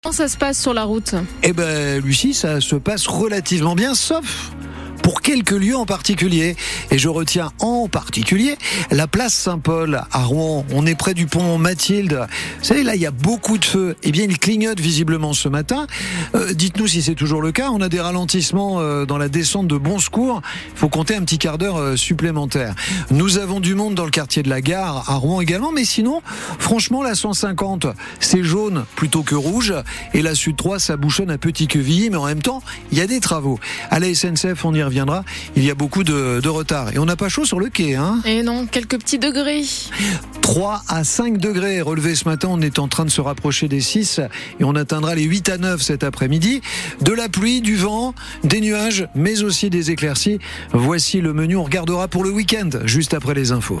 Comment ça se passe sur la route ? Eh ben, Lucie, ça se passe relativement bien, sauf pour quelques lieux en particulier. Et je retiens en particulier la place Saint-Paul à Rouen. On est près du pont Mathilde. Vous savez, là, il y a beaucoup de feux. Eh bien, il clignote visiblement ce matin. Dites-nous si c'est toujours le cas. On a des ralentissements dans la descente de Bon Secours. Il faut compter un petit quart d'heure supplémentaire. Nous avons du monde dans le quartier de la Gare, à Rouen également. Mais sinon, franchement, la 150, c'est jaune plutôt que rouge. Et la Sud 3, ça bouchonne à Petit-Quevilly. Mais en même temps, il y a des travaux. À la SNCF, on y reviendra. Il y a beaucoup de retard. Et on n'a pas chaud sur le quai, hein ? Et non, quelques petits degrés. 3 à 5 degrés relevés ce matin. On est en train de se rapprocher des 6 et on atteindra les 8 à 9 cet après-midi. De la pluie, du vent, des nuages, mais aussi des éclaircies. Voici le menu. On regardera pour le week-end, juste après les infos.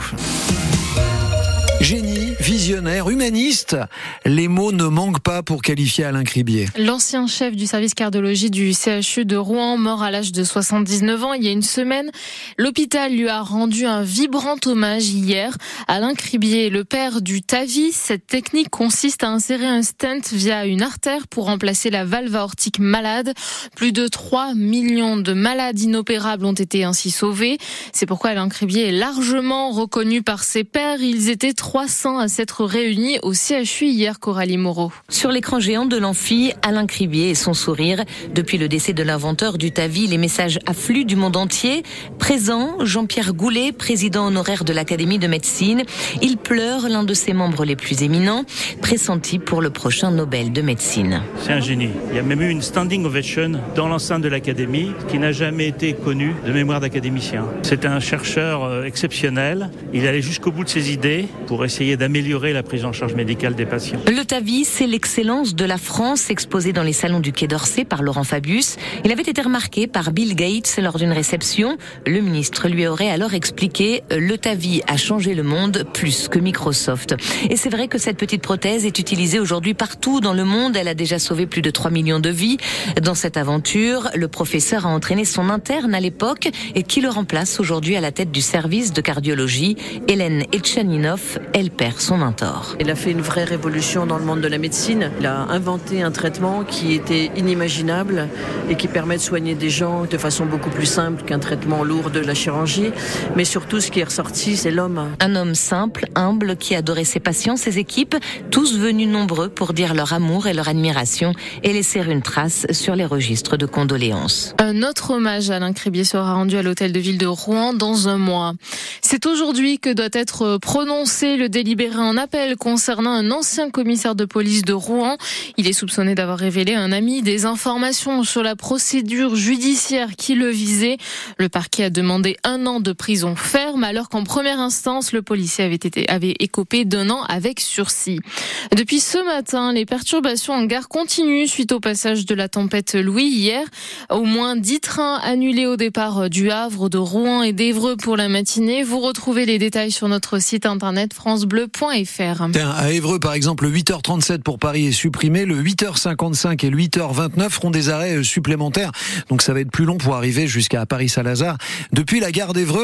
Génie, visionnaire, humaniste, les mots ne manquent pas pour qualifier Alain Cribier. L'ancien chef du service cardiologie du CHU de Rouen, mort à l'âge de 79 ans il y a une semaine. L'hôpital lui a rendu un vibrant hommage hier. Alain Cribier, le père du TAVI. Cette technique consiste à insérer un stent via une artère pour remplacer la valve aortique malade. Plus de 3 millions de malades inopérables ont été ainsi sauvés. C'est pourquoi Alain Cribier est largement reconnu par ses pairs. Ils étaient 300 à s'être réunis au CHU hier, Coralie Moreau. Sur l'écran géant de l'amphi, Alain Cribier et son sourire. Depuis le décès de l'inventeur du TAVI, les messages affluent du monde entier. Présent, Jean-Pierre Goulet, président honoraire de l'Académie de médecine. Il pleure, l'un de ses membres les plus éminents, pressenti pour le prochain Nobel de médecine. C'est un génie. Il y a même eu une standing ovation dans l'enceinte de l'Académie qui n'a jamais été connue de mémoire d'académicien. C'est un chercheur exceptionnel. Il allait jusqu'au bout de ses idées pour essayer d'améliorer la prise en charge médicale des patients. Le TAVI, c'est l'excellence de la France, exposée dans les salons du Quai d'Orsay par Laurent Fabius. Il avait été remarqué par Bill Gates lors d'une réception. Le ministre lui aurait alors expliqué « Le TAVI a changé le monde plus que Microsoft ». Et c'est vrai que cette petite prothèse est utilisée aujourd'hui partout dans le monde. Elle a déjà sauvé plus de 3 millions de vies. Dans cette aventure, le professeur a entraîné son interne à l'époque et qui le remplace aujourd'hui à la tête du service de cardiologie. Hélène Etchaninov, elle perd son mentor. Il a fait une vraie révolution dans le monde de la médecine. Il a inventé un traitement qui était inimaginable et qui permet de soigner des gens de façon beaucoup plus simple qu'un traitement lourd de la chirurgie. Mais surtout, ce qui est ressorti, c'est l'homme. Un homme simple, humble, qui adorait ses patients, ses équipes, tous venus nombreux pour dire leur amour et leur admiration et laisser une trace sur les registres de condoléances. Un autre hommage à Alain Cribier sera rendu à l'hôtel de ville de Rouen dans un mois. C'est aujourd'hui que doit être prononcé le délibéré en appel concernant un ancien commissaire de police de Rouen. Il est soupçonné d'avoir révélé à un ami des informations sur la procédure judiciaire qui le visait. Le parquet a demandé 1 an de prison ferme, alors qu'en première instance, le policier avait écopé d'1 an avec sursis. Depuis ce matin, les perturbations en gare continuent suite au passage de la tempête Louis hier. Au moins 10 trains annulés au départ du Havre, de Rouen et d'Évreux pour la matinée. Vous retrouvez les détails sur notre site internet francebleu.fr. À Évreux, par exemple, le 8h37 pour Paris est supprimé. Le 8h55 et le 8h29 feront des arrêts supplémentaires. Donc ça va être plus long pour arriver jusqu'à Paris-Saint-Lazare. Depuis la gare d'Évreux,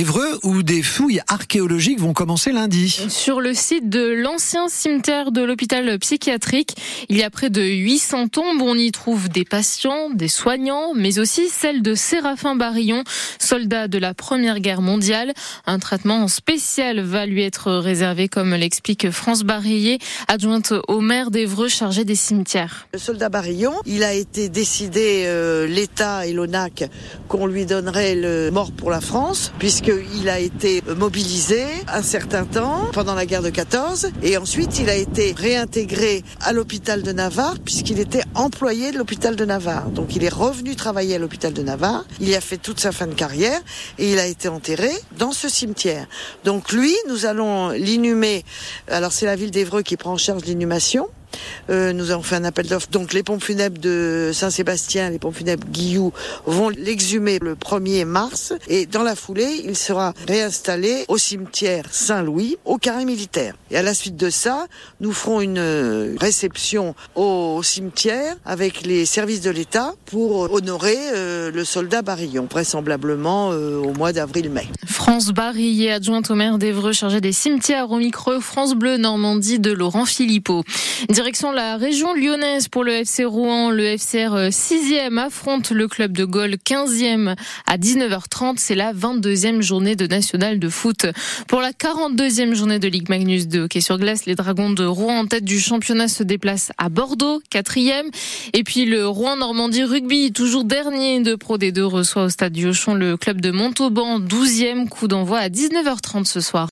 où des fouilles archéologiques vont commencer lundi. Sur le site de l'ancien cimetière de l'hôpital psychiatrique, il y a près de 800 tombes. On y trouve des patients, des soignants, mais aussi celle de Séraphin Barillon, soldat de la Première Guerre mondiale. Un traitement spécial va lui être réservé, comme l'explique France Barillet, adjointe au maire d'Évreux chargée des cimetières. Le soldat Barillon, il a été décidé, l'État et l'ONAC, qu'on lui donnerait le mort pour la France, puisqu'il a été mobilisé un certain temps pendant la guerre de 14, et ensuite il a été réintégré à l'hôpital de Navarre, puisqu'il était employé de l'hôpital de Navarre. Donc il est revenu travailler à l'hôpital de Navarre, il y a fait toute sa fin de carrière, et il a été enterré dans ce cimetière. Donc lui, nous allons l'inhumer. Alors c'est la ville d'Évreux qui prend en charge l'inhumation. Nous avons fait un appel d'offres. Donc les pompes funèbres de Saint-Sébastien, les pompes funèbres Guilloux vont l'exhumer le 1er mars. Et dans la foulée, il sera réinstallé au cimetière Saint-Louis, au carré militaire. Et à la suite de ça, nous ferons une réception au cimetière avec les services de l'État pour honorer le soldat Barillon, vraisemblablement au mois d'avril-mai. France Barillet, adjointe au maire d'Évreux chargée des cimetières au micro France Bleu Normandie de Laurent Philippot. Direction la région lyonnaise pour le FC Rouen. Le FCR 6e affronte le club de Gaulle 15e à 19h30. C'est la 22e journée de nationale de foot. Pour la 42e journée de Ligue Magnus de hockey sur glace, les Dragons de Rouen en tête du championnat se déplacent à Bordeaux, 4e. Et puis le Rouen Normandie Rugby, toujours dernier de Pro D2, reçoit au stade du Auchan le club de Montauban, 12e. Coup d'envoi à 19h30 ce soir.